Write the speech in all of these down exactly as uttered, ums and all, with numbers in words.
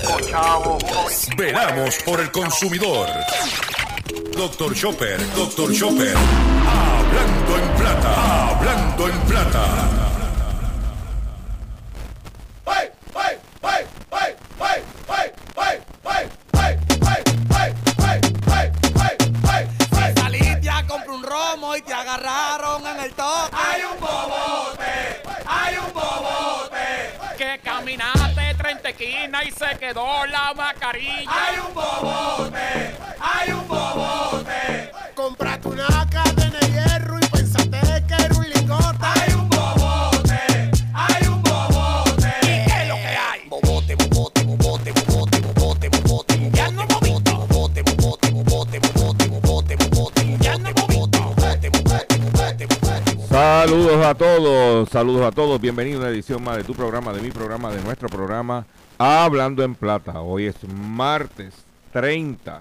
chavo. Velamos por el consumidor. Doctor Chopper, Doctor Chopper. Hablando en plata, hablando en plata. Si saliste a comprar un romo y te agarraron en el toque, Hay un bobote, hay un bobote. que caminaste treinta esquinas y se quedó la mascarilla. Hay un bobote, hay un bobote. Compraste una cadena de hierro y pensaste que era un lingote. Hay un bobote, hay un bobote. ¿Y qué es lo que hay? Bobote, bobote, bobote, bobote, bobote, bobote. Ya no hemos visto. Bobote, bobote, bobote, bobote, bobote, bobote. Ya no hemos visto. Bobote, bobote, bobote, bobote. Saludos a todos, saludos a todos, bienvenidos a una edición más de tu programa, de mi programa, de nuestro programa Hablando en Plata. Hoy es martes treinta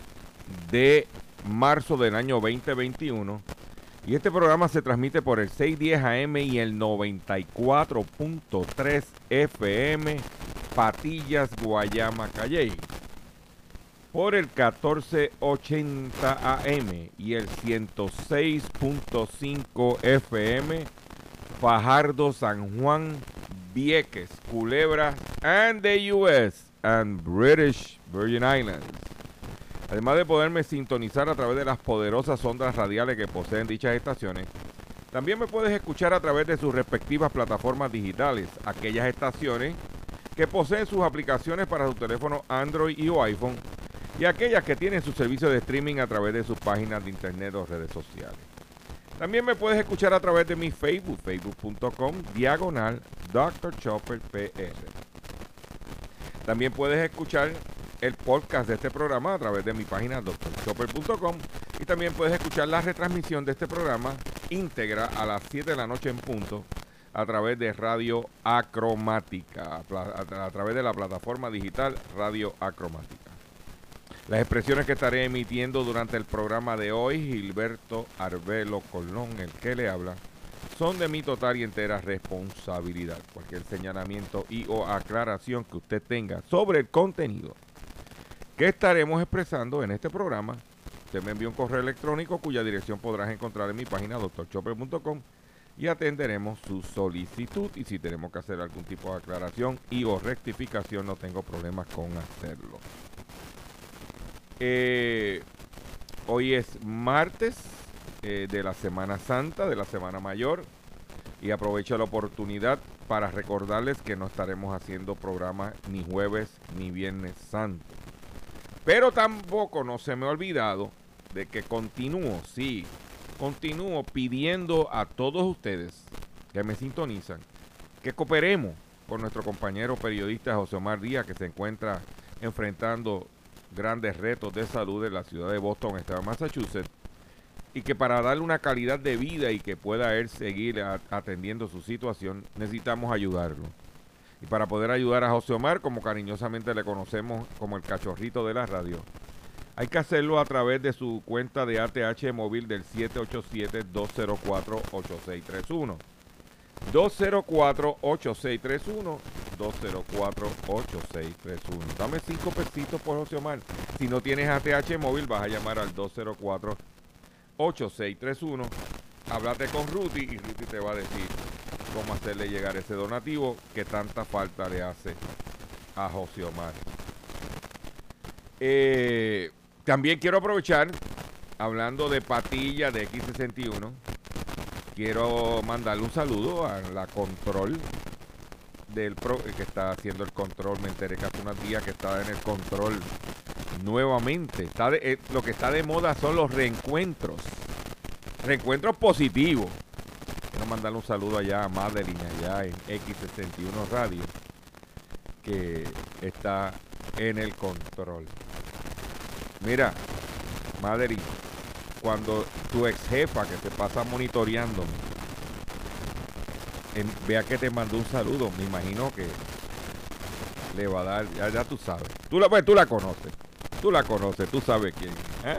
de marzo del año veinte veintiuno y este programa se transmite por el seiscientos diez A M y el noventa y cuatro punto tres F M Patillas, Guayama, Calley, por el catorce ochenta A M y el ciento seis punto cinco F M Fajardo, San Juan, Vieques, Culebra, and the U S and British Virgin Islands. Además de poderme sintonizar a través de las poderosas ondas radiales que poseen dichas estaciones, también me puedes escuchar a través de sus respectivas plataformas digitales, aquellas estaciones que poseen sus aplicaciones para su teléfono Android y o iPhone, y aquellas que tienen su servicio de streaming a través de sus páginas de internet o redes sociales. También me puedes escuchar a través de mi Facebook, facebook punto com, diagonal, doctor Chopper P R. También puedes escuchar el podcast de este programa a través de mi página doctor chopper punto com, y también puedes escuchar la retransmisión de este programa íntegra a las siete de la noche en punto a través de Radio Acromática, a, a, a través de la plataforma digital Radio Acromática. Las expresiones que estaré emitiendo durante el programa de hoy, Gilberto Arbelo Colón, el que le habla, son de mi total y entera responsabilidad. Cualquier señalamiento y o aclaración que usted tenga sobre el contenido que estaremos expresando en este programa, usted me envía un correo electrónico cuya dirección podrás encontrar en mi página doctor chopper punto com y atenderemos su solicitud, y si tenemos que hacer algún tipo de aclaración y o rectificación, no tengo problemas con hacerlo. Eh, hoy es martes eh, de la Semana Santa, de la Semana Mayor, y aprovecho la oportunidad para recordarles que no estaremos haciendo programa ni jueves ni viernes santo. Pero tampoco no se me ha olvidado de que continúo, sí, continúo pidiendo a todos ustedes que me sintonizan que cooperemos con nuestro compañero periodista José Omar Díaz, que se encuentra enfrentando grandes retos de salud en la ciudad de Boston, estado de Massachusetts, y que para darle una calidad de vida y que pueda él seguir a, atendiendo su situación, necesitamos ayudarlo. Y para poder ayudar a José Omar, como cariñosamente le conocemos como el cachorrito de la radio, hay que hacerlo a través de su cuenta de A T H móvil del siete ocho siete, dos cero cuatro, ocho seis tres uno. dos cero cuatro, ocho seis tres uno, dos cero cuatro, ocho seis tres uno. Dame cinco pesitos por José Omar. Si no tienes A T H móvil, vas a llamar al dos cero cuatro, ocho seis tres uno. Háblate con Ruti y Ruti te va a decir cómo hacerle llegar ese donativo que tanta falta le hace a José Omar. Eh, también quiero aprovechar, hablando de Patilla de X sesenta y uno, quiero mandarle un saludo a la control del pro, que está haciendo el control. Me enteré que hace unos días que estaba en el control nuevamente. Está de, eh, lo que está de moda son los reencuentros. Reencuentros positivos. Quiero mandarle un saludo allá a Madeline, allá en X sesenta y uno Radio, que está en el control. Mira, Madeline, cuando tu ex jefa que te pasa monitoreándome en, vea que te mandó un saludo, me imagino que le va a dar, ya, ya tú sabes, tú la, pues, tú la conoces, tú la conoces, tú sabes quién, ¿eh?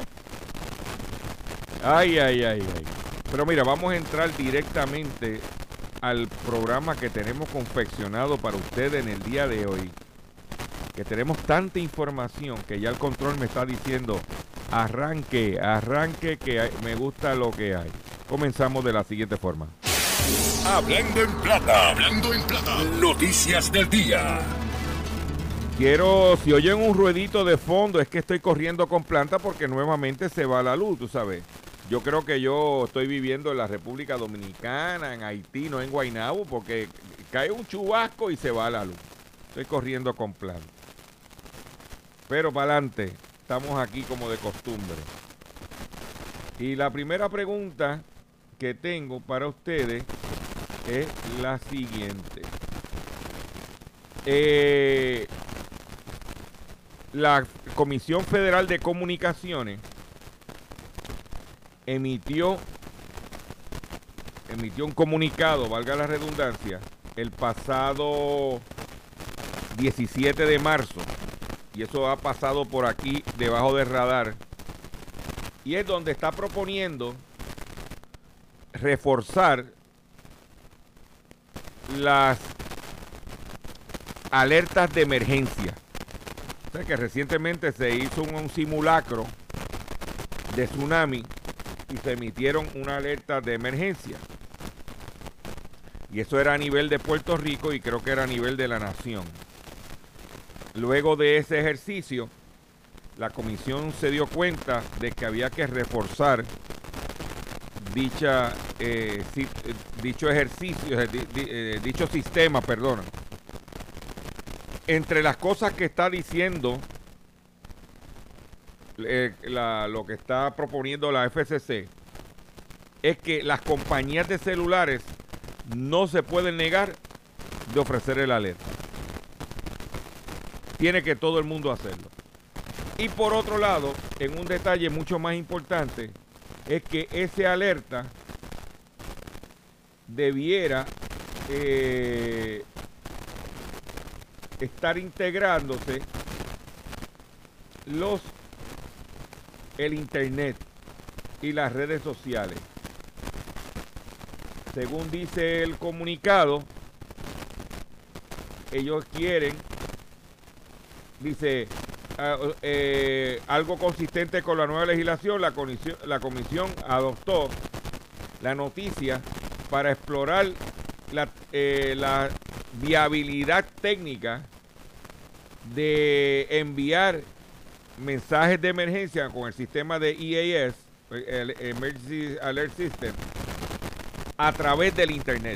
Ay, ay, ay, ay. Pero mira, vamos a entrar directamente al programa que tenemos confeccionado para ustedes en el día de hoy. que tenemos tanta información que ya el control me está diciendo, arranque, arranque, que hay, me gusta lo que hay. Comenzamos de la siguiente forma. Hablando en plata, hablando en plata, noticias del día. Quiero, si oyen un ruedito de fondo, es que estoy corriendo con planta porque nuevamente se va la luz, tú sabes. Yo creo que yo estoy viviendo en la República Dominicana, en Haití, no en Guaynabo, porque cae un chubasco y se va la luz. Estoy corriendo con planta. Pero para adelante, estamos aquí como de costumbre. Y la primera pregunta que tengo para ustedes es la siguiente. Eh, la Comisión Federal de Comunicaciones emitió, emitió un comunicado, valga la redundancia, el pasado diecisiete de marzo, y eso ha pasado por aquí debajo del radar, y es donde está proponiendo reforzar las alertas de emergencia. O sea que recientemente se hizo un, un simulacro de tsunami y se emitieron una alerta de emergencia. Y eso era a nivel de Puerto Rico y creo que era a nivel de la nación. Luego de ese ejercicio, la comisión se dio cuenta de que había que reforzar dicha eh, si, eh, dicho ejercicio, eh, di, di, eh, dicho sistema, perdona. Entre las cosas que está diciendo eh, la, lo que está proponiendo la F C C es que las compañías de celulares no se pueden negar de ofrecer el alerta. Tiene que todo el mundo hacerlo. Y por otro lado, en un detalle mucho más importante, es que ese alerta debiera eh, estar integrándose los el internet y las redes sociales. Según dice el comunicado, ellos quieren, dice, uh, eh, algo consistente con la nueva legislación, la comisión, la comisión adoptó la noticia para explorar la, eh, la viabilidad técnica de enviar mensajes de emergencia con el sistema de E A S, el Emergency Alert System, a través del internet.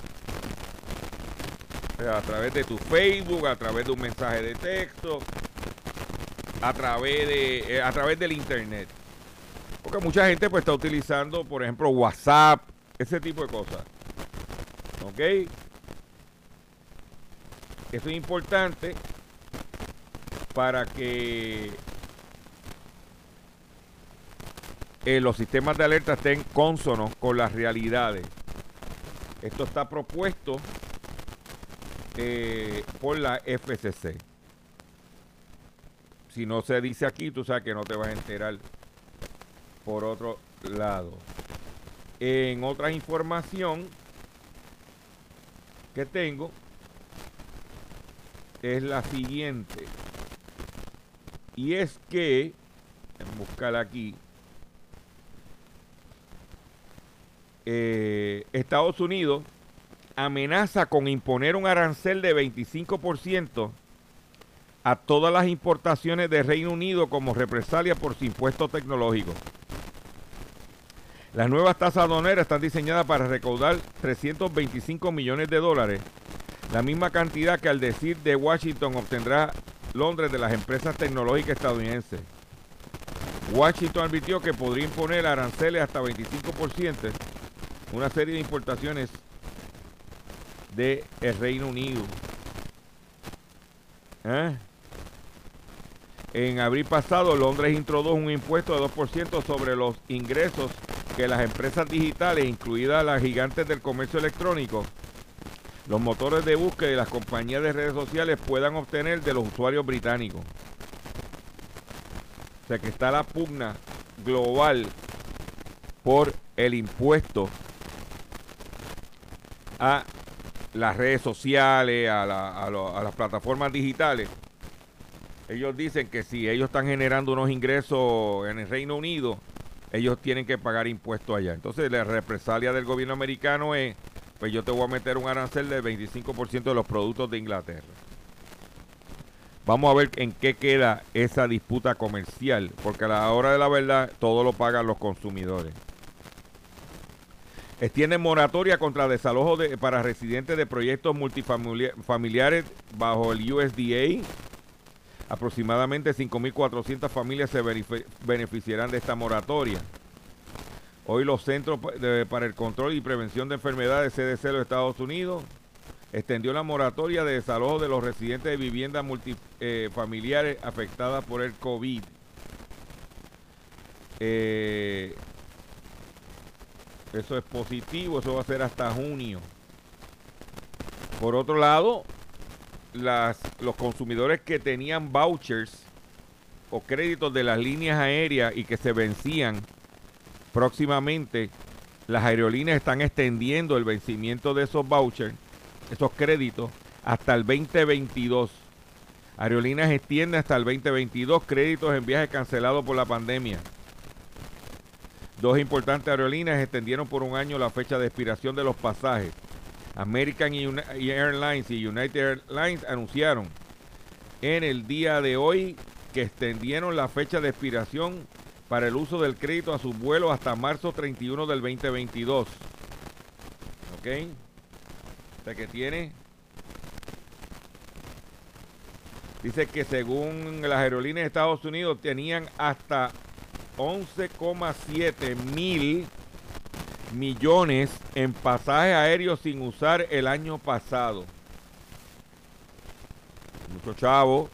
O sea, a través de tu Facebook, a través de un mensaje de texto, a través de eh, a través del internet. Porque mucha gente pues está utilizando, por ejemplo, WhatsApp, ese tipo de cosas. ¿Ok? Eso es importante para que eh, los sistemas de alerta estén cónsonos con las realidades. Esto está propuesto eh, por la F C C. Si no se dice aquí, tú sabes que no te vas a enterar por otro lado. En otra información que tengo es la siguiente. Y es que, en buscar aquí, eh, Estados Unidos amenaza con imponer un arancel de veinticinco por ciento a todas las importaciones de Reino Unido como represalia por su impuesto tecnológico. Las nuevas tasas aduaneras están diseñadas para recaudar trescientos veinticinco millones de dólares, la misma cantidad que al decir de Washington obtendrá Londres de las empresas tecnológicas estadounidenses. Washington advirtió que podría imponer aranceles hasta veinticinco por ciento una serie de importaciones del Reino Unido. ¿Eh? En abril pasado, Londres introdujo un impuesto de dos por ciento sobre los ingresos que las empresas digitales, incluidas las gigantes del comercio electrónico, los motores de búsqueda y las compañías de redes sociales puedan obtener de los usuarios británicos. O sea que está la pugna global por el impuesto a las redes sociales, a, la, a, lo, a las plataformas digitales, ellos dicen que si ellos están generando unos ingresos en el Reino Unido, ellos tienen que pagar impuestos allá. Entonces la represalia del gobierno americano es, pues yo te voy a meter un arancel del veinticinco por ciento de los productos de Inglaterra. Vamos a ver en qué queda esa disputa comercial, porque a la hora de la verdad todo lo pagan los consumidores. Extienden moratoria contra desalojo de, para residentes de proyectos multifamiliares bajo el U S D A. Aproximadamente cinco mil cuatrocientas familias se beneficiarán de esta moratoria. Hoy los Centros de, para el Control y Prevención de Enfermedades, C D C de los Estados Unidos, extendió la moratoria de desalojo de los residentes de viviendas multifamiliares eh, afectadas por el COVID. Eh, eso es positivo, eso va a ser hasta junio. Por otro lado, las, los consumidores que tenían vouchers o créditos de las líneas aéreas y que se vencían próximamente, las aerolíneas están extendiendo el vencimiento de esos vouchers, esos créditos, hasta el veinte veintidós. Aerolíneas extienden hasta el veinte veintidós créditos en viajes cancelados por la pandemia. Dos importantes aerolíneas extendieron por un año la fecha de expiración de los pasajes. American Airlines y United Airlines anunciaron en el día de hoy que extendieron la fecha de expiración para el uso del crédito a sus vuelos hasta marzo treinta y uno del veinte veintidós. ¿Ok? O sea que tiene... Dice que según las aerolíneas de Estados Unidos tenían hasta once coma siete mil millones en pasajes aéreos sin usar el año pasado. Mucho chavo.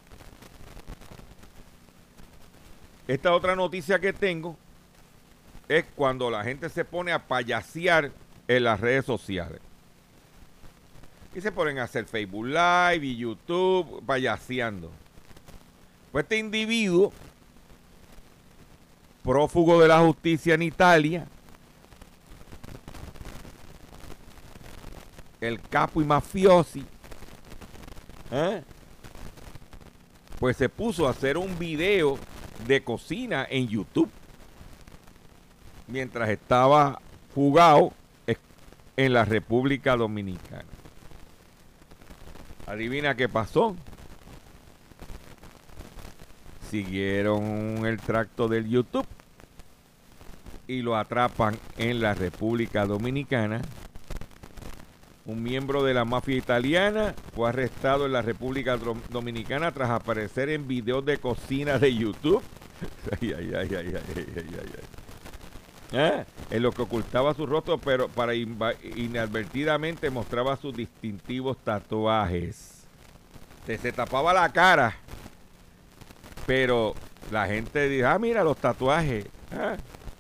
Esta otra noticia que tengo es cuando la gente se pone a payasear en las redes sociales. Y se ponen a hacer Facebook Live y YouTube payaseando. Pues este individuo, prófugo de la justicia en Italia, el capo y mafiosi, ¿eh? pues se puso a hacer un video de cocina en YouTube mientras estaba fugado en la República Dominicana. Adivina qué pasó. Siguieron el tracto del YouTube y lo atrapan en la República Dominicana. Un miembro de la mafia italiana fue arrestado en la República Dominicana tras aparecer en videos de cocina de YouTube. Ay, ay, ay, ay, ay, ay, ay, ay. ¿Eh? En lo que ocultaba su rostro, pero para inadvertidamente mostraba sus distintivos tatuajes. Se, se tapaba la cara, pero la gente dice, ah, mira los tatuajes. ¿Eh?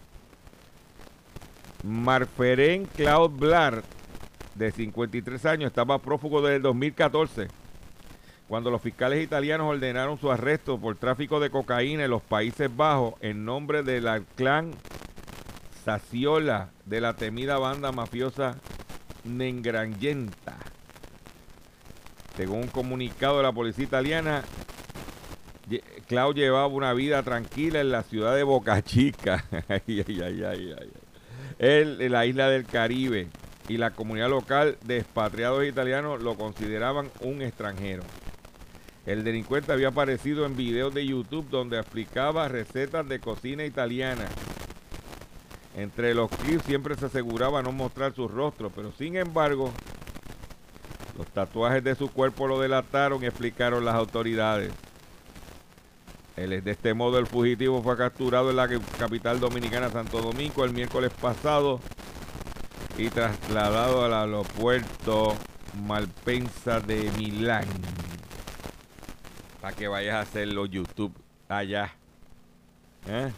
Marferen Claude Blar, de cincuenta y tres años, estaba prófugo desde el dos mil catorce, cuando los fiscales italianos ordenaron su arresto por tráfico de cocaína en los Países Bajos en nombre del clan Saciola de la temida banda mafiosa Ngrangenta. Según un comunicado de la policía italiana, Clau llevaba una vida tranquila en la ciudad de Boca Chica, ay, ay, ay, ay, ay. Él, en la isla del Caribe, y la comunidad local de expatriados italianos lo consideraban un extranjero. El delincuente había aparecido en videos de YouTube donde explicaba recetas de cocina italiana. Entre los clips siempre se aseguraba no mostrar su rostro, pero sin embargo, los tatuajes de su cuerpo lo delataron y explicaron las autoridades. El, de este modo, el fugitivo fue capturado en la capital dominicana, Santo Domingo, el miércoles pasado y trasladado al aeropuerto Malpensa de Milán para que vayas a hacerlo YouTube allá. ¿Eh?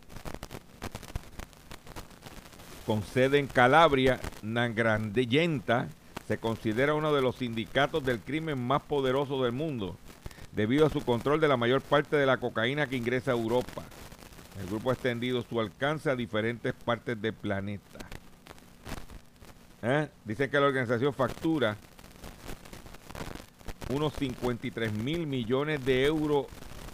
Con sede en Calabria, Ngrangenta se considera uno de los sindicatos del crimen más poderosos del mundo, debido a su control de la mayor parte de la cocaína que ingresa a Europa. El grupo ha extendido su alcance a diferentes partes del planeta. ¿Eh? Dicen que la organización factura unos cincuenta y tres mil millones de euros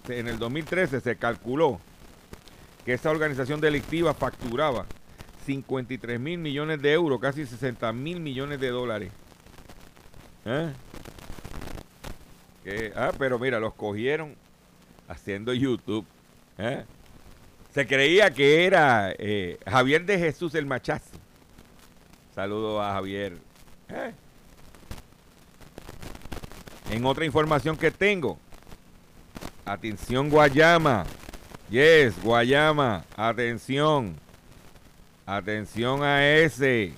en el dos mil trece se calculó que esa organización delictiva facturaba cincuenta y tres mil millones de euros, casi sesenta mil millones de dólares. ¿Eh? Que, ah, pero mira, los cogieron haciendo YouTube. ¿Eh? Se creía que era eh, Javier de Jesús el Machazo. Saludos a Javier. ¿Eh? En otra información que tengo, atención Guayama, yes, Guayama, atención, atención a ese.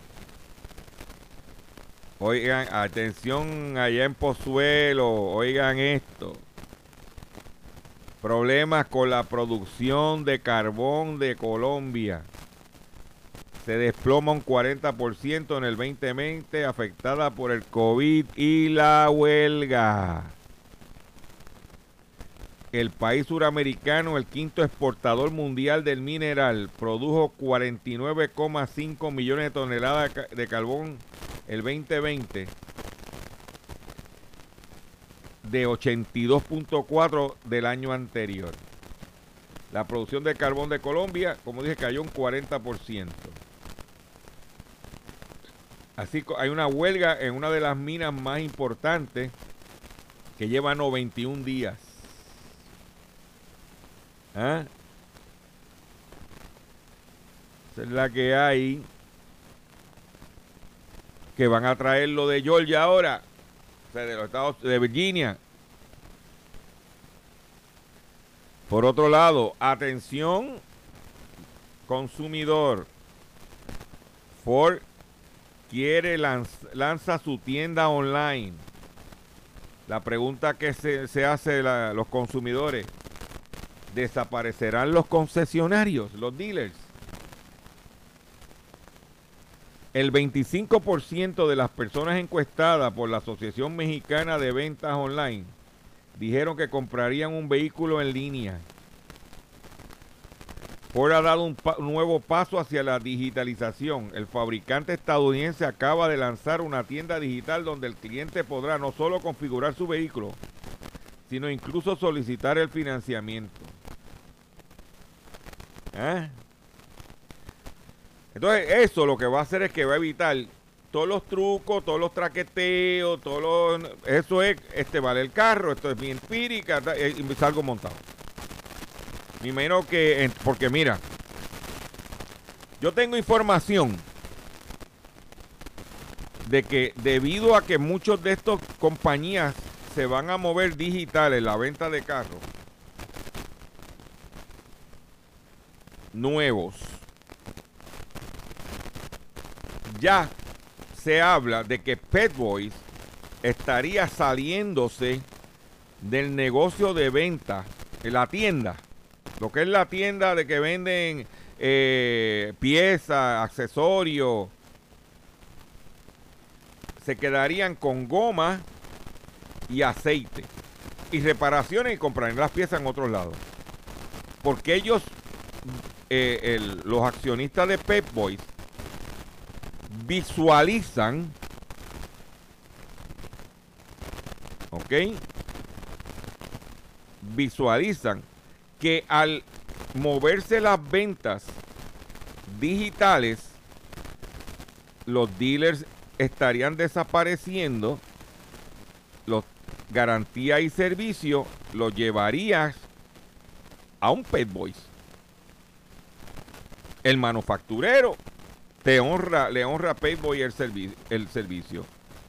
Oigan, atención allá en Pozuelo, oigan esto. Problemas con la producción de carbón de Colombia. Se desploma un cuarenta por ciento en el veinte veinte, afectada por el COVID y la huelga. El país suramericano, el quinto exportador mundial del mineral, produjo cuarenta y nueve coma cinco millones de toneladas de carbón el veinte veinte, de ochenta y dos punto cuatro del año anterior. La producción de carbón de Colombia, como dije, cayó un cuarenta por ciento. Así que hay una huelga en una de las minas más importantes que lleva noventa y un días. ¿Ah? Esa es la que hay. Que van a traer lo de Georgia ahora. O sea, de los estados de Virginia. Por otro lado, atención, consumidor. Ford quiere lanz- lanza su tienda online. La pregunta que se, se hace la, los consumidores: ¿desaparecerán los concesionarios, los dealers? El veinticinco por ciento de las personas encuestadas por la Asociación Mexicana de Ventas Online dijeron que comprarían un vehículo en línea. Ford ha dado un, pa- un nuevo paso hacia la digitalización. El fabricante estadounidense acaba de lanzar una tienda digital donde el cliente podrá no solo configurar su vehículo, sino incluso solicitar el financiamiento. ¿Eh? Entonces, eso lo que va a hacer es que va a evitar todos los trucos, todos los traqueteos, todos los... Eso es, este vale el carro, esto es mi empírica, y salgo montado. Me imagino que, porque mira, yo tengo información de que debido a que muchos de estos compañías se van a mover digitales, la venta de carros nuevos, ya se habla de que Pet Boys estaría saliéndose del negocio de venta en la tienda. Lo que es la tienda de que venden eh, piezas, accesorios, se quedarían con goma y aceite. Y reparaciones y comprarán las piezas en otros lados. Porque ellos, eh, el, los accionistas de Pep Boys, visualizan, ¿ok? Visualizan que al moverse las ventas digitales, los dealers estarían desapareciendo, los garantía y servicio los llevarías a un Pet Boys. El manufacturero te honra, le honra a Pet Boy el, servi el servicio.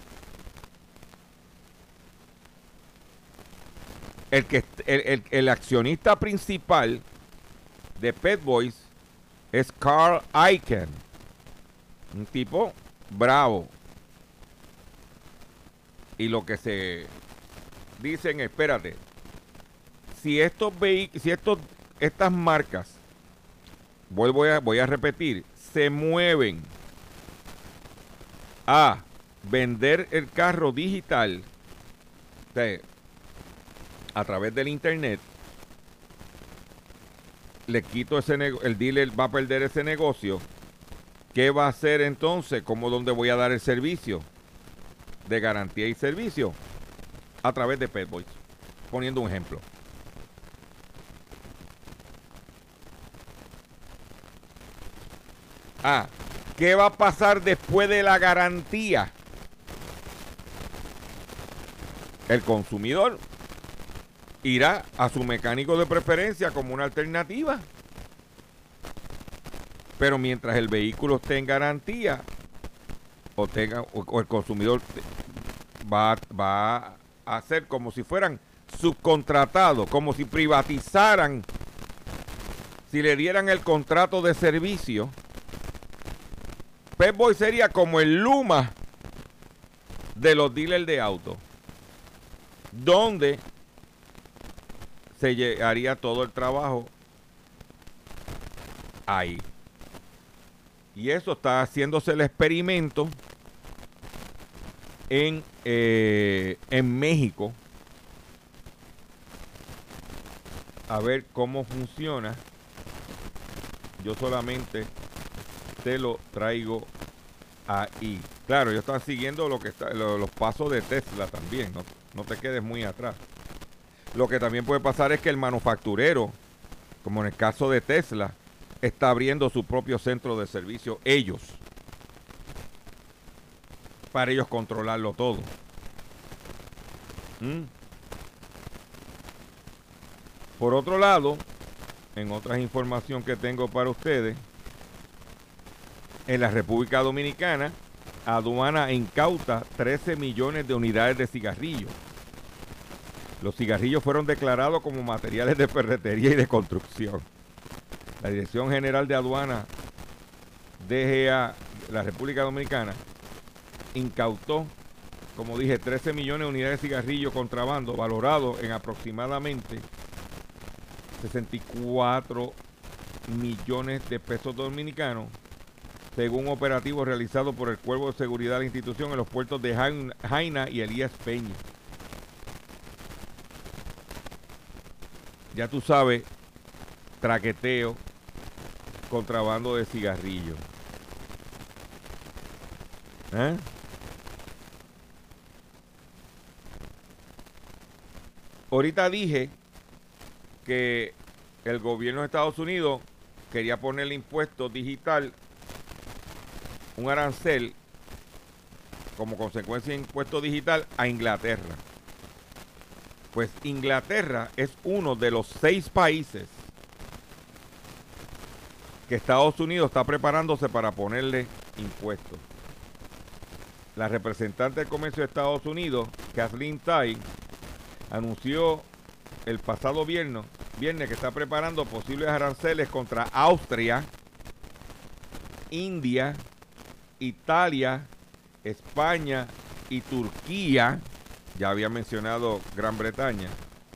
El, que, el, el, el accionista principal de Pet Boys es Carl Icahn, un tipo bravo. Y lo que se dicen, espérate, si estos vehículos, si estos, estas marcas, vuelvo a, voy a repetir, se mueven a vender el carro digital, o sea, a través del internet, le quito ese negocio, el dealer va a perder ese negocio. ¿Qué va a hacer entonces? ¿Cómo dónde voy a dar el servicio de garantía y servicio? A través de Pet Boys, poniendo un ejemplo. Ah, ¿qué va a pasar después de la garantía? El consumidor irá a su mecánico de preferencia como una alternativa. Pero mientras el vehículo esté en garantía, o, tenga, o, o el consumidor va, va a hacer como si fueran subcontratados, como si privatizaran, si le dieran el contrato de servicio. Pep Boy sería como el Luma de los dealers de autos, donde se haría todo el trabajo ahí. Y eso está haciéndose el experimento en, eh, en México. A ver cómo funciona. Yo solamente te lo traigo ahí. Claro, yo estoy siguiendo lo que está, lo, los pasos de Tesla también. No, no te quedes muy atrás. Lo que también puede pasar es que el manufacturero, como en el caso de Tesla, está abriendo su propio centro de servicio, ellos, para ellos controlarlo todo. ¿Mm? Por otro lado, en otras información que tengo para ustedes, en la República Dominicana, aduana incauta trece millones de unidades de cigarrillos. Los cigarrillos fueron declarados como materiales de ferretería y de construcción. La Dirección General de Aduana, D G A, la República Dominicana, incautó, como dije, trece millones de unidades de cigarrillos contrabando, valorado en aproximadamente sesenta y cuatro millones de pesos dominicanos, según un operativo realizado por el Cuerpo de Seguridad de la institución en los puertos de Jaina y Elías Peña. Ya tú sabes, traqueteo, contrabando de cigarrillos. ¿Eh? Ahorita dije que el gobierno de Estados Unidos quería ponerle impuesto digital, un arancel, como consecuencia de impuesto digital a Inglaterra. Pues Inglaterra es uno de los seis países que Estados Unidos está preparándose para ponerle impuestos. La representante del comercio de Estados Unidos, Kathleen Tai, anunció el pasado viernes, viernes que está preparando posibles aranceles contra Austria, India, Italia, España y Turquía. Ya había mencionado Gran Bretaña.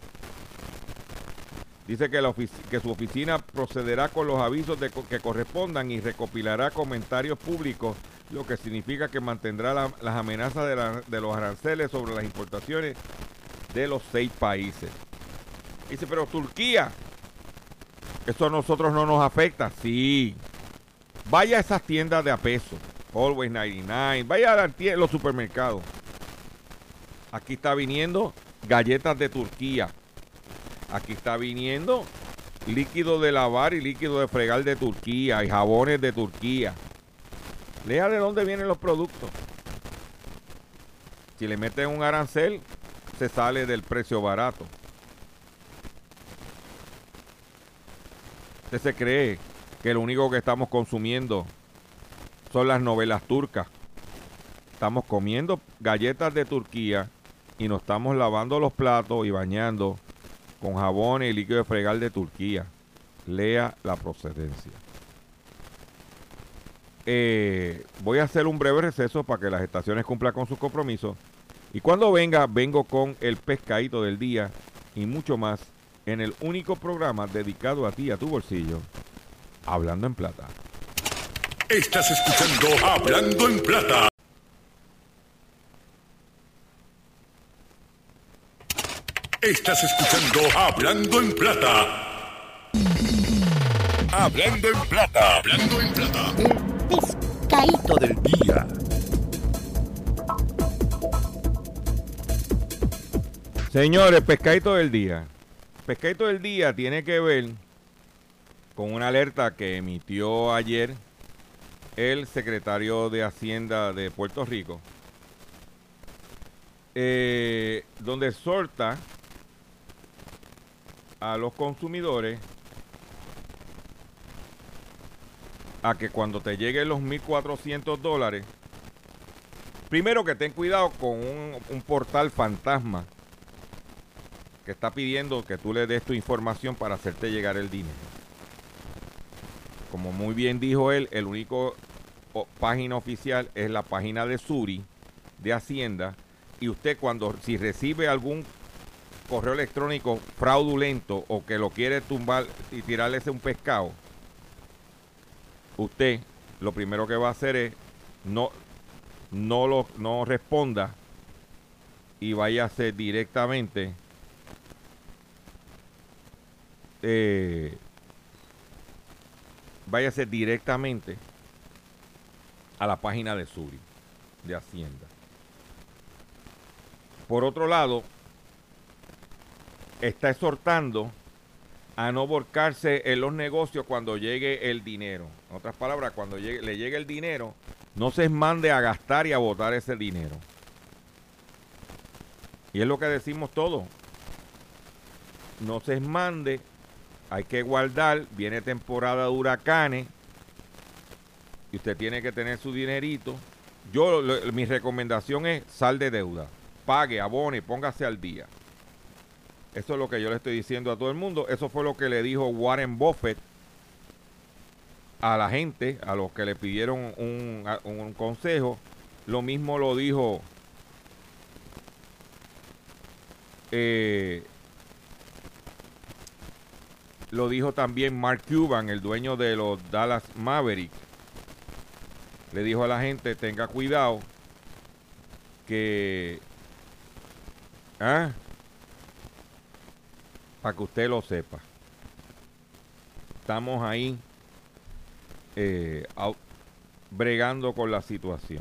Dice que, la que su oficina procederá con los avisos de co que correspondan y recopilará comentarios públicos, lo que significa que mantendrá la, las amenazas de, la, de los aranceles sobre las importaciones de los seis países. Dice, pero Turquía, eso a nosotros no nos afecta. Sí. Vaya a esas tiendas de a peso, Always noventa y nueve, vaya a los supermercados. Aquí está viniendo galletas de Turquía. Aquí está viniendo líquido de lavar y líquido de fregar de Turquía y jabones de Turquía. Lea de dónde vienen los productos. Si le meten un arancel, se sale del precio barato. Usted se cree que lo único que estamos consumiendo son las novelas turcas. Estamos comiendo galletas de Turquía y nos estamos lavando los platos y bañando con jabones y líquido de fregar de Turquía. Lea la procedencia. Eh, voy a hacer un breve receso para que las estaciones cumplan con sus compromisos. Y cuando venga, vengo con el pescadito del día y mucho más en el único programa dedicado a ti y a tu bolsillo, Hablando en Plata. Estás escuchando Hablando en Plata. Estás escuchando Hablando en Plata. Hablando en Plata. Hablando en Plata. El pescadito del día. Señores, pescadito del día. Pescadito del día tiene que ver con una alerta que emitió ayer el secretario de Hacienda de Puerto Rico, eh, donde exhorta a los consumidores a que cuando te lleguen los mil cuatrocientos dólares, primero que ten cuidado con un, un portal fantasma que está pidiendo que tú le des tu información para hacerte llegar el dinero. Como muy bien dijo él, el único o, página oficial es la página de Suri, de Hacienda, y usted cuando, si recibe algún correo electrónico fraudulento o que lo quiere tumbar y tirarle ese un pescado, usted lo primero que va a hacer es no, no, lo, no responda y váyase directamente eh, váyase directamente a la página de Suri, de Hacienda. Por otro lado, está exhortando a no volcarse en los negocios cuando llegue el dinero. En otras palabras, cuando llegue, le llegue el dinero, no se mande a gastar y a botar ese dinero. Y es lo que decimos todos. No se mande, hay que guardar, viene temporada de huracanes y usted tiene que tener su dinerito. Yo, lo, mi recomendación es sal de deuda, pague, abone, póngase al día. Eso es lo que yo le estoy diciendo a todo el mundo. Eso fue lo que le dijo Warren Buffett a la gente, a los que le pidieron un, un, un consejo. Lo mismo lo dijo eh, lo dijo también Mark Cuban, el dueño de los Dallas Mavericks. Le dijo a la gente, tenga cuidado que... ¿ah? Para que usted lo sepa. Estamos ahí eh, out, bregando con la situación.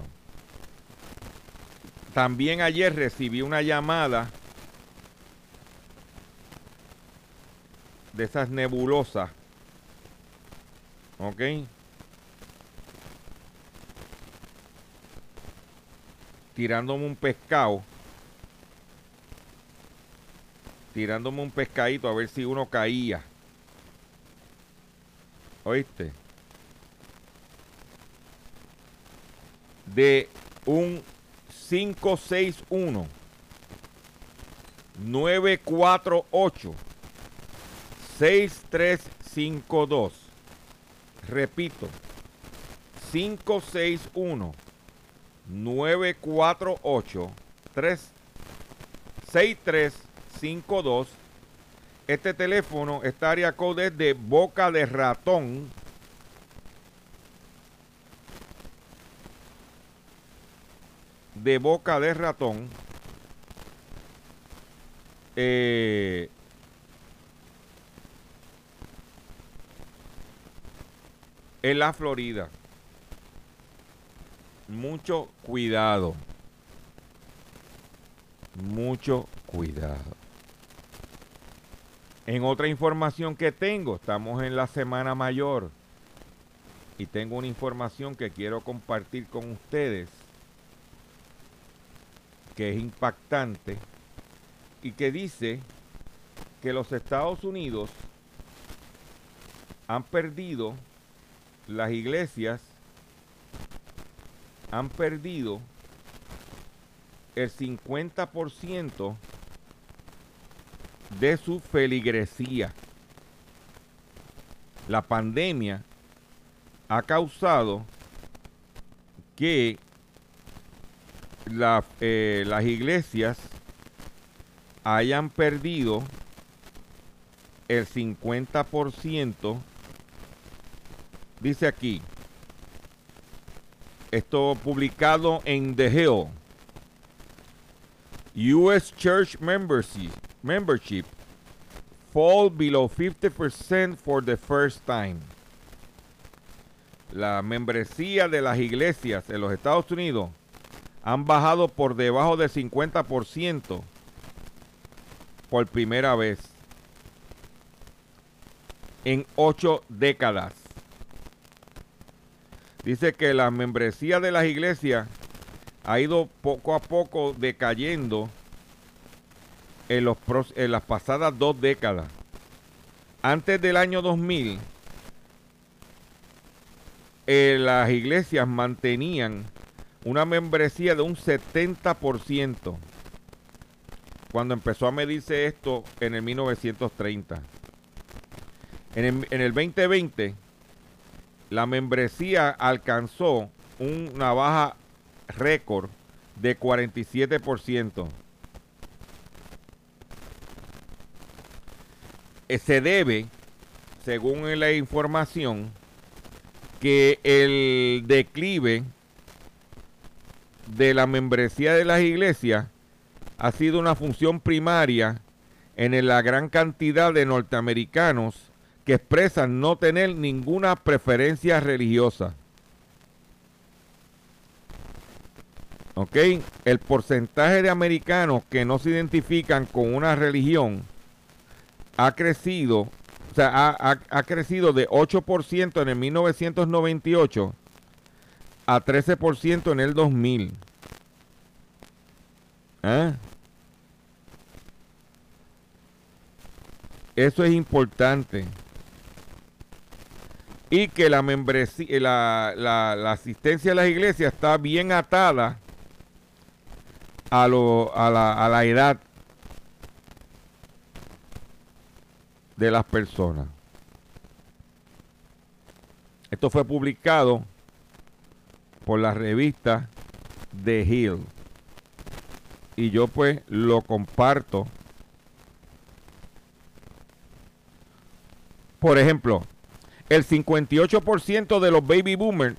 También ayer recibí una llamada de esas nebulosas, ¿ok? Tirándome un pescado, tirándome un pescadito a ver si uno caía. ¿Oíste? De un cinco seis uno nueve cuatro ocho seis tres cinco dos. Repito, cinco seis uno nueve cuatro ocho seis tres cinco dos. Este teléfono, esta área code es de Boca de Ratón. De Boca de Ratón. Eh, en la Florida. Mucho cuidado. Mucho cuidado. En otra información que tengo, estamos en la Semana Mayor y tengo una información que quiero compartir con ustedes que es impactante y que dice que los Estados Unidos han perdido, las iglesias han perdido el cincuenta por ciento de su feligresía. La pandemia ha causado que la, eh, las iglesias hayan perdido el cincuenta por ciento. Dice aquí, esto publicado en The Hill. U S Church membership membership fall below fifty percent for the first time. La membresía de las iglesias en los Estados Unidos han bajado por debajo del cincuenta por ciento por primera vez en ocho décadas. dice que la membresía de las iglesias ha ido poco a poco decayendo en, los, en las pasadas dos décadas. Antes del año dos mil, eh, las iglesias mantenían una membresía de un setenta por ciento cuando empezó a medirse esto en el mil novecientos treinta. En el, en el veinte veinte, la membresía alcanzó una baja récord de cuarenta y siete por ciento. Se debe, según la información, que el declive de la membresía de las iglesias ha sido una función primaria en la gran cantidad de norteamericanos que expresan no tener ninguna preferencia religiosa. ¿Ok? El porcentaje de americanos que no se identifican con una religión ha crecido, o sea, ha, ha, ha crecido de ocho por ciento en el mil novecientos noventa y ocho a trece por ciento en el dos mil. ¿Eh? Eso es importante. Y que la membresía, la, la, la asistencia a las iglesias está bien atada a, lo, a, la, a la edad de las personas. Esto fue publicado por la revista The Hill. Y yo pues lo comparto. Por ejemplo, el cincuenta y ocho por ciento de los baby boomers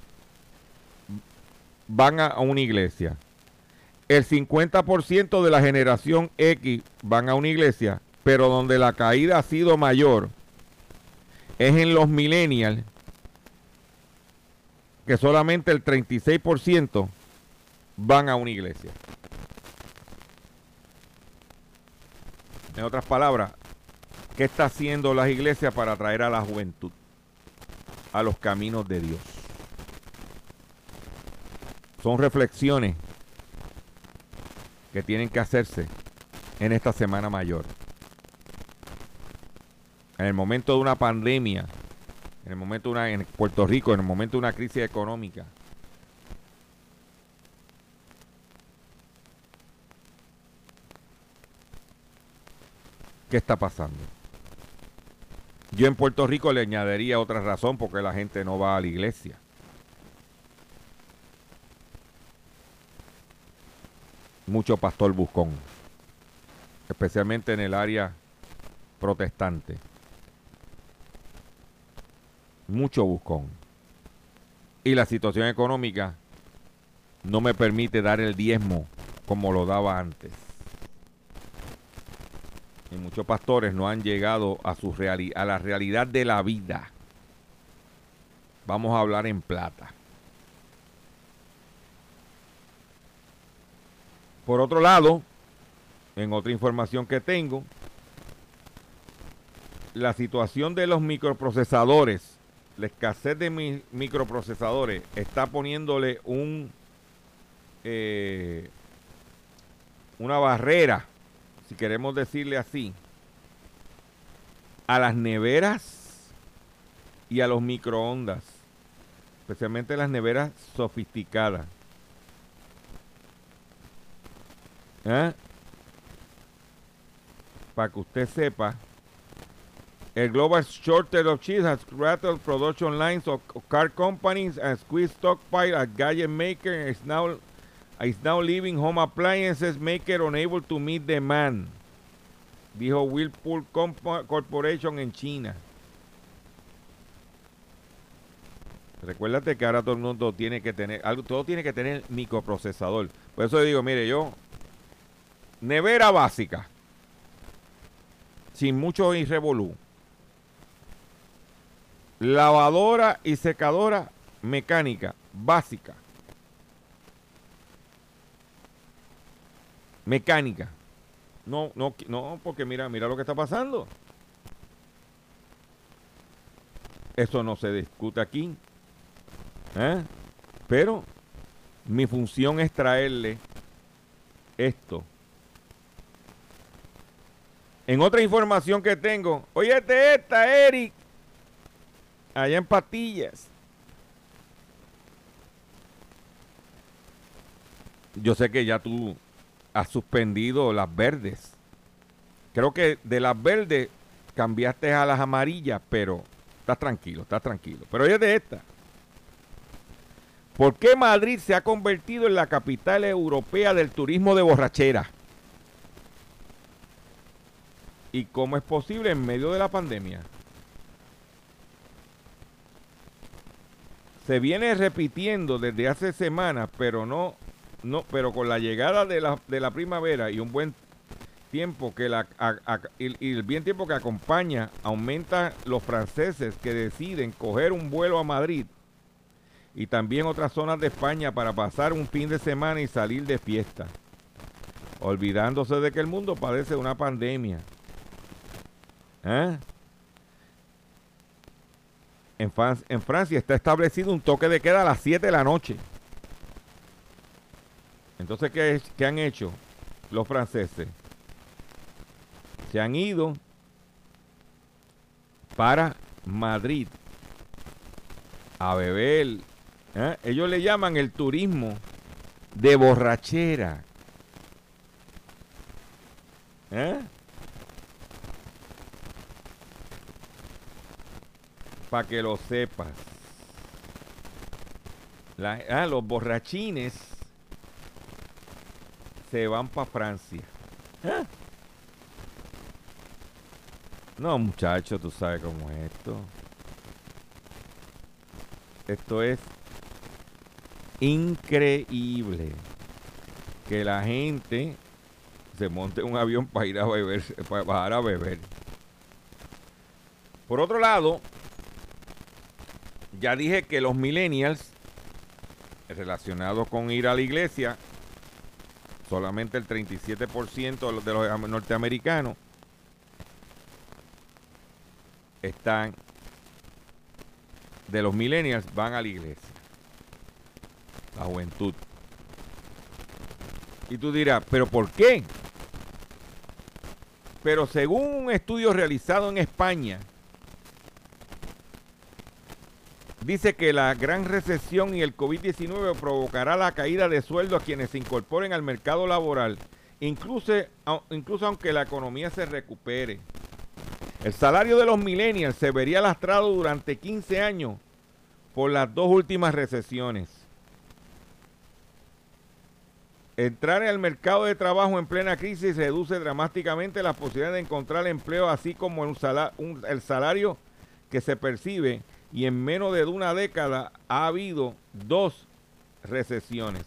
van a, a una iglesia. El cincuenta por ciento de la generación X van a una iglesia, pero donde la caída ha sido mayor es en los millennials, que solamente el treinta y seis por ciento van a una iglesia. En otras palabras, ¿qué está haciendo las iglesias para atraer a la juventud a los caminos de Dios? Son reflexiones que tienen que hacerse en esta Semana Mayor. En el momento de una pandemia, en el momento de una, en Puerto Rico, en el momento de una crisis económica, ¿qué está pasando? Yo en Puerto Rico le añadiría otra razón porque la gente no va a la iglesia. Mucho pastor buscón, especialmente en el área protestante. Mucho buscón. Y la situación económica no me permite dar el diezmo como lo daba antes. Y muchos pastores no han llegado a, su reali- a la realidad de la vida. Vamos a hablar en plata. Por otro lado, en otra información que tengo, la situación de los microprocesadores, la escasez de mi- microprocesadores está poniéndole un eh, una barrera, si queremos decirle así, a las neveras y a los microondas, especialmente las neveras sofisticadas. ¿Eh? Para que usted sepa, el global shortage of cheese has rattled production lines of car companies and squeezed stockpile at gadget maker is now is now leaving home appliances maker unable to meet demand, dijo Whirlpool Comp- Corporation en China. Recuérdate que ahora todo el mundo tiene que tener algo, todo tiene que tener microprocesador. Por eso digo, mire, yo nevera básica, sin mucho irrevolú. Lavadora y secadora mecánica, básica. Mecánica. No, no, no, porque mira, mira lo que está pasando. Eso no se discute aquí. ¿Eh? Pero mi función es traerle esto. En otra información que tengo, óyete esta, Eric, allá en Patillas. Yo sé que ya tú has suspendido las verdes. Creo que de las verdes cambiaste a las amarillas, pero estás tranquilo, estás tranquilo. Pero óyete esta. ¿Por qué Madrid se ha convertido en la capital europea del turismo de borrachera? ¿Y cómo es posible en medio de la pandemia? Se viene repitiendo desde hace semanas, pero no, no, pero con la llegada de la, de la primavera y un buen tiempo que la a, a, y, y el bien tiempo que acompaña, aumenta los franceses que deciden coger un vuelo a Madrid y también otras zonas de España para pasar un fin de semana y salir de fiesta, olvidándose de que el mundo padece una pandemia. ¿Eh? En, Fran- en Francia está establecido un toque de queda a las siete de la noche. Entonces, ¿qué, es- qué han hecho los franceses? Se han ido para Madrid a beber. ¿Eh? Ellos le llaman el turismo de borrachera. ¿Eh? Para que lo sepas. La- ah, los borrachines se van para Francia. ¿Ah? No, muchacho, tú sabes cómo es esto. Esto es increíble que la gente se monte en un avión para ir a beber, para bajar a beber. Por otro lado, ya dije que los millennials relacionados con ir a la iglesia, solamente el treinta y siete por ciento de los, de los norteamericanos están, de los millennials van a la iglesia. La juventud. Y tú dirás, ¿pero por qué? Pero según un estudio realizado en España, dice que la gran recesión y el COVID diecinueve provocará la caída de sueldo a quienes se incorporen al mercado laboral, incluso, incluso aunque la economía se recupere. El salario de los millennials se vería lastrado durante quince años por las dos últimas recesiones. Entrar al mercado de trabajo en plena crisis reduce dramáticamente las posibilidades de encontrar empleo, así como un sala- un- el salario que se percibe, y en menos de una década ha habido dos recesiones.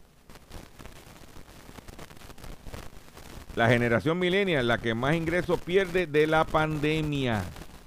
La generación millennial, la que más ingresos pierde de la pandemia.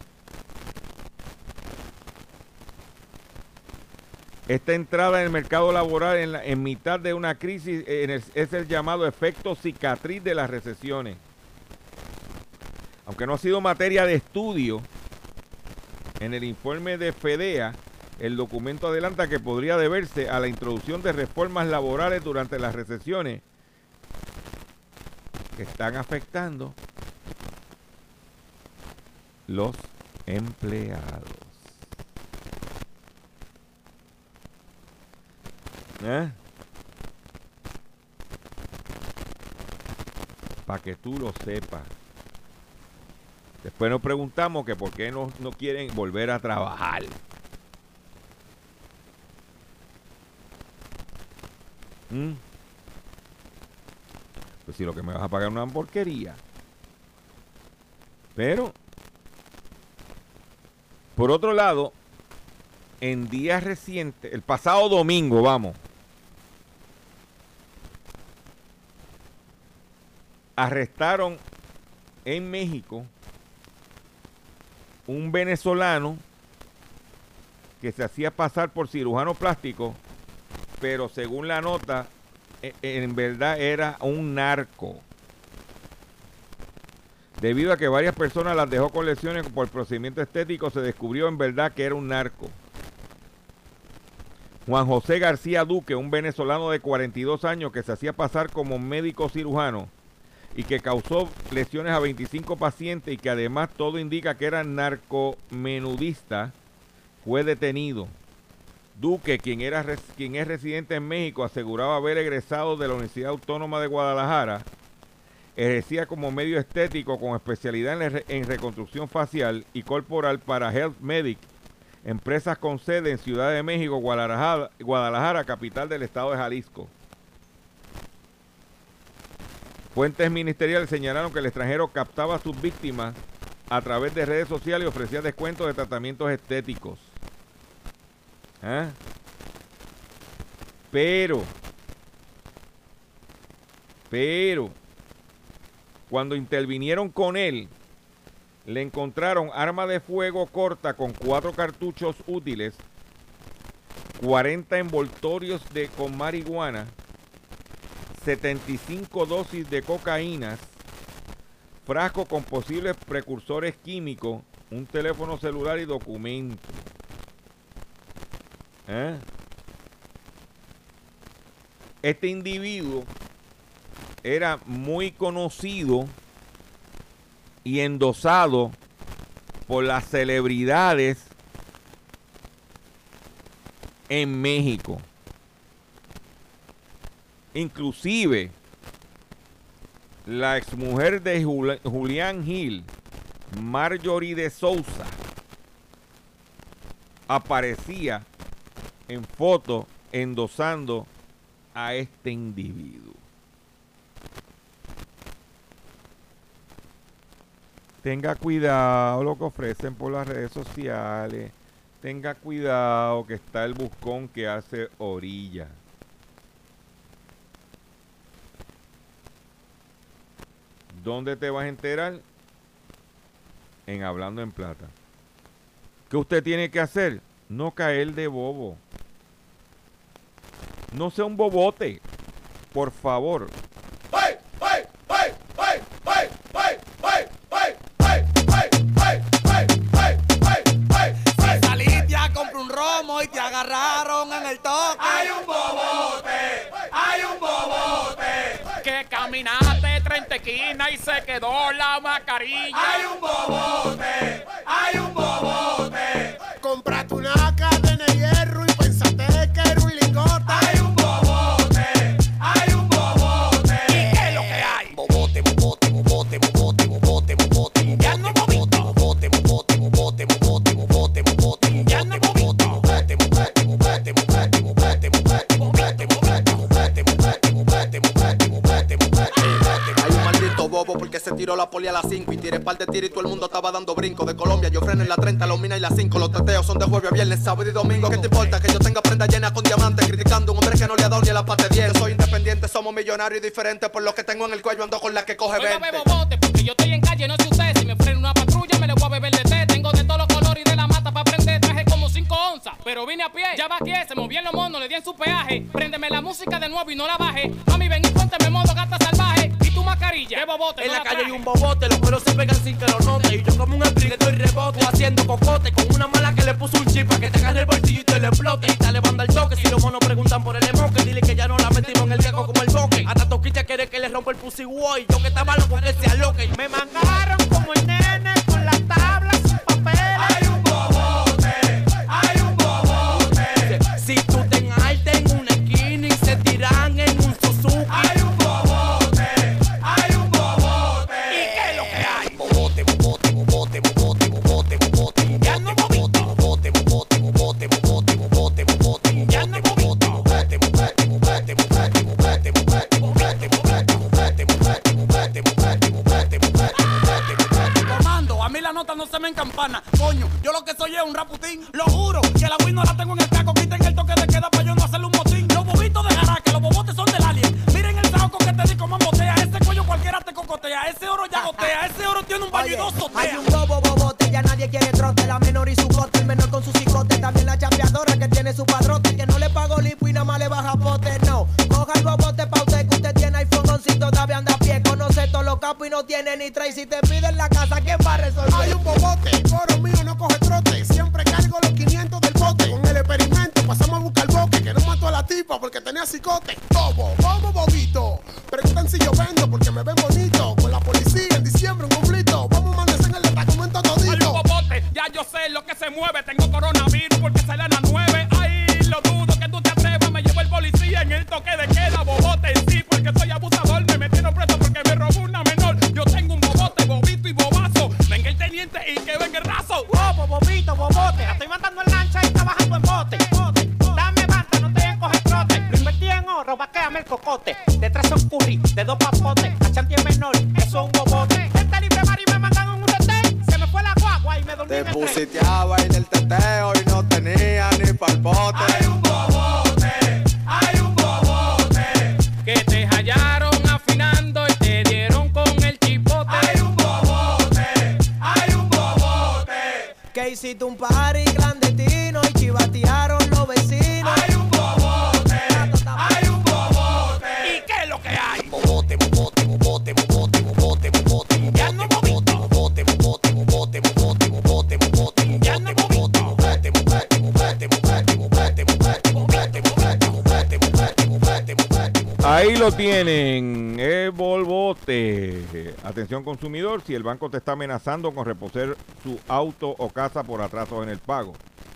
Esta entrada en el mercado laboral en, la, en mitad de una crisis en el, es el llamado efecto cicatriz de las recesiones. Aunque no ha sido materia de estudio, en el informe de FEDEA, el documento adelanta que podría deberse a la introducción de reformas laborales durante las recesiones que están afectando los empleados. ¿Eh? Para que tú lo sepas. Después nos preguntamos que por qué no, no quieren volver a trabajar. ¿Mm? Pues si lo que me vas a pagar es una porquería. Pero, por otro lado, en días recientes, el pasado domingo, vamos, arrestaron en México un venezolano que se hacía pasar por cirujano plástico, pero según la nota, en verdad era un narco. Debido a que varias personas las dejó con lesiones por procedimiento estético, se descubrió en verdad que era un narco. Juan José García Duque, un venezolano de cuarenta y dos años que se hacía pasar como médico cirujano y que causó lesiones a veinticinco pacientes y que además todo indica que era narcomenudista, fue detenido. Duque, quien, era, quien es residente en México, aseguraba haber egresado de la Universidad Autónoma de Guadalajara. Ejercía como medio estético con especialidad en, en reconstrucción facial y corporal para Health Medic, empresas con sede en Ciudad de México, Guadalajara, Guadalajara, capital del estado de Jalisco. Fuentes ministeriales señalaron que el extranjero captaba a sus víctimas a través de redes sociales y ofrecía descuentos de tratamientos estéticos. ¿Ah? Pero, pero, cuando intervinieron con él, le encontraron arma de fuego corta con cuatro cartuchos útiles, cuarenta envoltorios de, con marihuana, setenta y cinco dosis de cocaína, frasco con posibles precursores químicos, un teléfono celular y documentos. ¿Eh? Este individuo era muy conocido y endosado por las celebridades en México. Inclusive la exmujer de Jul- Julián Gil, Marjorie de Sousa, aparecía en foto endosando a este individuo. Tenga cuidado lo que ofrecen por las redes sociales. Tenga cuidado que está el buscón que hace orilla. ¿Dónde te vas a enterar? En Hablando en Plata. ¿Qué usted tiene que hacer? No caer de bobo. No sea un bobote. Por favor. ¡Hey! ¡Hey! ¡Hey! ¡Hey! ¡Hey! ¡Hey! ¡Hey! ¡Hey! ¡Hey! ¡Hey! ¡Hey! ¡Hey! ¡Hey! ¡Hey! Si saliste a comprar un romo y te agarraron en el toque. ¡Hay un bobote! ¡Hay un bobote! Que caminaste treinta esquinas y se quedó la mascarilla. ¡Hay un bobote! ¡Hay un bobote! Compraste una cadena de hierro y pensaste que era un lingote. ¡Hay un bobote! ¡Hay un bobote! ¿Y qué es lo que hay? Bobote, bobote, bobote, bobote, bobote, bobote, Ya no hemos visto. bobote, bobote, bobote, bobote, bobote, bobote, Ya no hemos visto. bobote, bobote, bobote, bobote, bobote, bobote, bobote, bobote, bobote, bobote, bobote, bobote, bobote, bobote. Hay un maldito bobo porque se tiró la poli a las cinco y tiré par de tiro y todo el mundo estaba dando brinco. De Colombia yo freno en la treinta, los mina y las cinco. Los teteos son de jueves a viernes, sábado y domingo. ¿Qué te importa que yo tenga prenda llena con diamantes? Criticando a un hombre que no le ha dado ni a la parte diez. Soy independiente, somos millonarios y diferentes. Por lo que tengo en el cuello ando con la que coge Oiga, veinte. bebo bote, porque yo estoy en calle, no sé usted. Si me frena una patrulla, me le voy a beber de té. Tengo de todos los colores y de la mata para prender. Traje como cinco onzas, pero vine a pie. Ya vaqué, se movían los monos, le di en su peaje. Préndeme la música de nuevo y no la baje. Mami, ven y pónteme modo gata salvaje. Y tu mascarilla, bebo bote, En no la la calle hay traje. un bobote, los pelos se pegan sin que lo note. Y yo como un spring estoy rebote, haciendo cocote con una mala que le puso un chip para que te agarre el bolsillo y te le explote. Y dale banda al toque, si los monos preguntan por el emoque, dile que ya no la metimos en el caco como el boque. Hasta Toquilla quiere que le rompa el pussy boy. Yo que estaba loco que él se aloque. Me mangaron como el nene con las tablas sin papeles. ¡Hay un bobote! ¡Hay un bobote! Si tú te enjaltas en una esquina y se tiran en un Suzuki. ¡Hay un bobote! ¡Hay un bobote! ¿Y qué es lo que hay? Bobote, bobote, bobote, bobote, bobote, bobote, Ya no hemos visto. bobote, bobote, bobote, bobote, bobote, bobote, Ya no hemos visto. bobote, bobote, bobote, bobote, bobote, bobote, bobote, bobote, bobote, bobote, bobote, bobote, bobote, bobote, bobote. Comando, a mí la nota no se me encampana. Coño, yo lo que soy es un raputín. Lo juro, que la Wii no la tengo en el caco. Quiten el toque de queda para yo no hacerle un motín. Los bobitos de jaraque, los bobotes son del alien. Miren el saco que te di como botea. Ese cuello cualquiera te cocotea. Ese oro ya gotea. Ese oro tiene un baño y dos Hay sotea. un bobo bobote, ya nadie quiere trote. La menor y su bote, el menor con su cicote. También la chapeadora que tiene su padrote. Que no le pagó lipo y nada más le baja pote. No, coja el bobote pa' usted que usted tiene iPhone once y todavía anda a pie. Conoce todos los capos y no tiene ni trae. Si te piden la casa, ¿quién va a resolver? Hay un bobote, el coro mío no coge trote. Siempre cargo los quinientos del bote. Con el experimento pasamos a buscar boque. cicote. Bobo, bobo, bobito. Preguntan si yo vendo porque me ven bonito. Con la policía en diciembre un conflicto. Vamos a amanecer en el destacamento todito. Ay, bobote, ya yo sé lo que se mueve. Tengo coronavirus porque sale a las nueve. Ay, lo dudo que tú te atrevas. Me llevo el policía en el toque de queda. Bobote, sí, porque soy abusador. Me metieron preso porque me robó una menor. Yo tengo un bobote, bobito y bobazo. Venga el teniente y que venga el raso. Bobo, bobito, bobote. La estoy matando en lancha y está bajando en bote. Dame banda, no te den coger trote. Lo invertí en oro, vaquéame el cocote. De tres son curry, de dos papotes. A Chanti es menor, eso es un bobote. Gente libre, Mari, me mandan en un retén. Se me fue la guagua y me dormí en Te el tren. pusiteaba en el teteo y no tenía ni palpote. Hay un bobote, hay un bobote. Que te hallaron afinando y te dieron con el chipote. Hay un bobote, hay un bobote. Que hiciste un party clandestino y chivatearon los vecinos. Hay un bobote, hay un bobote. ¿Y qué es lo que hay? Bobote, bobote, bobote, bobote, bobote, bobote, Ya no bobito. bobote, bobote, bobote, bobote, bobote, bobote, Ya no bobito. bobote, bobote, bobote, bobote, bobote, bobote, bobote, bobote, bobote, bobote, bobote, bobote. Ahí lo tienen, el bolbote. Atención consumidor, si el banco te está amenazando con reposer su auto o casa por atrasos en el pago.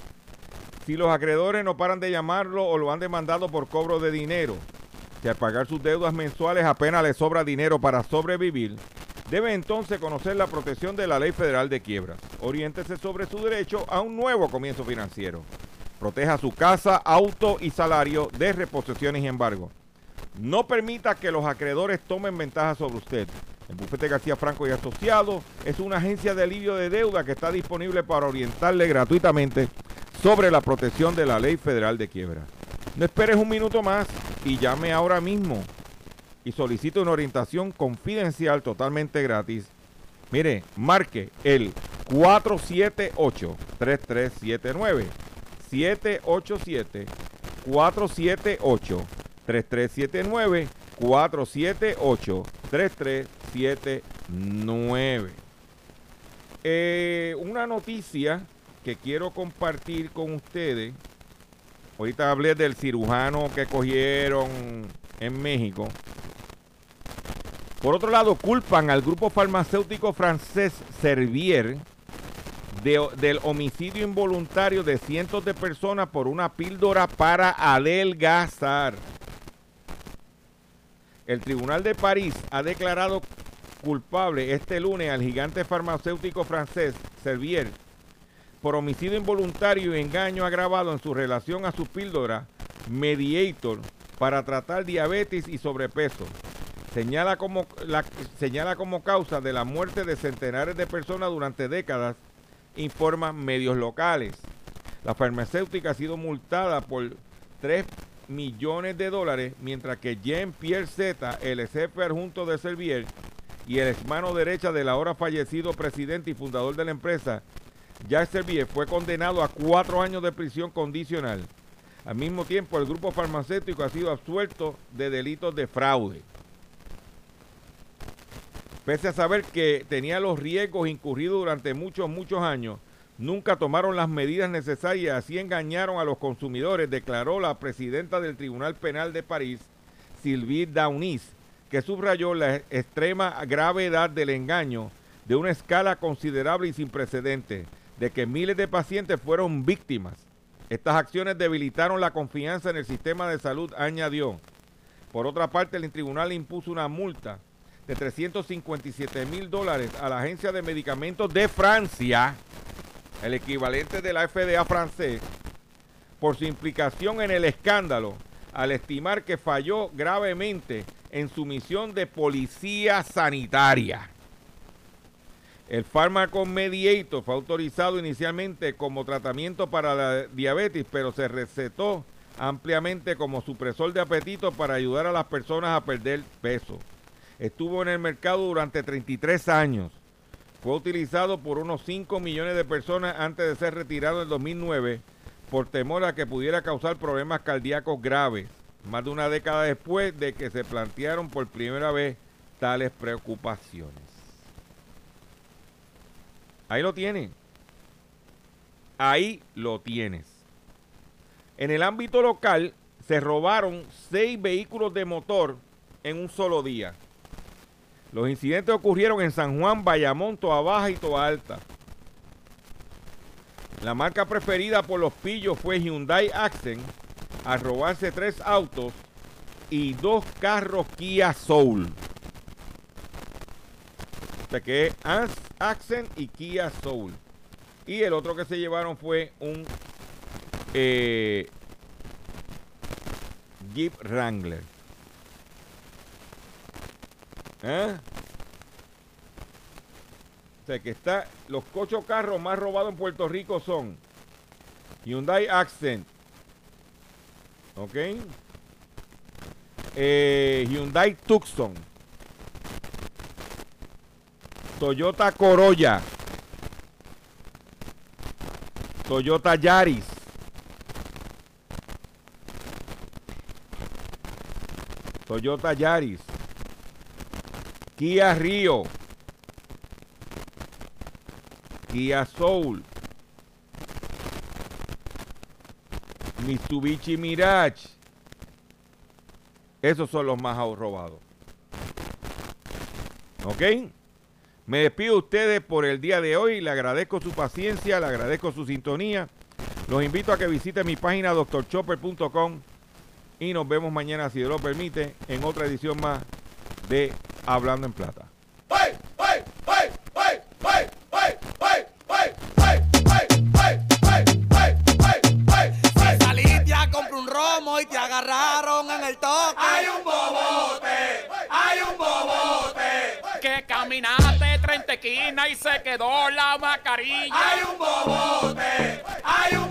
Si los acreedores no paran de llamarlo o lo han demandado por cobro de dinero. Si al pagar sus deudas mensuales apenas le sobra dinero para sobrevivir, debe entonces conocer la protección de la Ley Federal de Quiebras. Oriéntese sobre su derecho a un nuevo comienzo financiero. Proteja su casa, auto y salario de reposiciones y embargo. No permita que los acreedores tomen ventaja sobre usted. El Bufete García Franco y Asociados es una agencia de alivio de deuda que está disponible para orientarle gratuitamente sobre la protección de la Ley Federal de Quiebra. No esperes un minuto más y llame ahora mismo y solicite una orientación confidencial totalmente gratis. Mire, marque el cuatro siete ocho, tres tres siete nueve, siete ocho siete, cuatro siete ocho, tres tres siete nueve, cuatro siete ocho, tres tres siete nueve. Eh, una noticia que quiero compartir con ustedes. Ahorita hablé del cirujano que cogieron en México. Por otro lado, culpan al grupo farmacéutico francés Servier de, del homicidio involuntario de cientos de personas por una píldora para adelgazar. El Tribunal de París ha declarado culpable este lunes al gigante farmacéutico francés Servier por homicidio involuntario y engaño agravado en su relación a su píldora Mediator para tratar diabetes y sobrepeso. Señala como, la, señala como causa de la muerte de centenares de personas durante décadas, informan medios locales. La farmacéutica ha sido multada por tres millones de dólares, mientras que Jean-Pierre Zeta, el jefe adjunto de Servier y el ex mano derecha del ahora fallecido presidente y fundador de la empresa, Jacques Servier, fue condenado a cuatro años de prisión condicional. Al mismo tiempo, el grupo farmacéutico ha sido absuelto de delitos de fraude. Pese a saber que tenía los riesgos incurridos durante muchos, muchos años, nunca tomaron las medidas necesarias y así engañaron a los consumidores, declaró la presidenta del Tribunal Penal de París, Sylvie Daunis, que subrayó la extrema gravedad del engaño de una escala considerable y sin precedentes, de que miles de pacientes fueron víctimas. Estas acciones debilitaron la confianza en el sistema de salud, añadió. Por otra parte, el tribunal impuso una multa de trescientos cincuenta y siete mil dólares a la Agencia de Medicamentos de Francia, el equivalente de la F D A francés, por su implicación en el escándalo, al estimar que falló gravemente en su misión de policía sanitaria. El fármaco Mediator fue autorizado inicialmente como tratamiento para la diabetes, pero se recetó ampliamente como supresor de apetito para ayudar a las personas a perder peso. Estuvo en el mercado durante treinta y tres años. Fue utilizado por unos cinco millones de personas antes de ser retirado en dos mil nueve por temor a que pudiera causar problemas cardíacos graves, más de una década después de que se plantearon por primera vez tales preocupaciones. Ahí lo tienen. Ahí lo tienes. En el ámbito local, se robaron seis vehículos de motor en un solo día. Los incidentes ocurrieron en San Juan, Bayamón, Toa Baja y Toa Alta. La marca preferida por los pillos fue Hyundai Accent, al robarse tres autos y dos carros Kia Soul. O sea que es Accent y Kia Soul. Y el otro que se llevaron fue un eh, Jeep Wrangler. ¿Eh? O sea que está, los ocho carros más robados en Puerto Rico son Hyundai Accent, ok, eh, Hyundai Tucson, Toyota Corolla, Toyota Yaris, Toyota Yaris, Kia Rio, Kia Soul, Mitsubishi Mirage. Esos son los más robados. ¿Ok? Me despido de ustedes por el día de hoy. Le agradezco su paciencia, le agradezco su sintonía. Los invito a que visiten mi página doctor chopper punto com y nos vemos mañana, si Dios lo permite, en otra edición más de Hablando en Plata. Si saliste a comprar un romo y te agarraron en el toque, Hay un bobote, hay un bobote. Que caminaste treinta esquinas y se quedó la mascarilla. Hay un bobote, hay un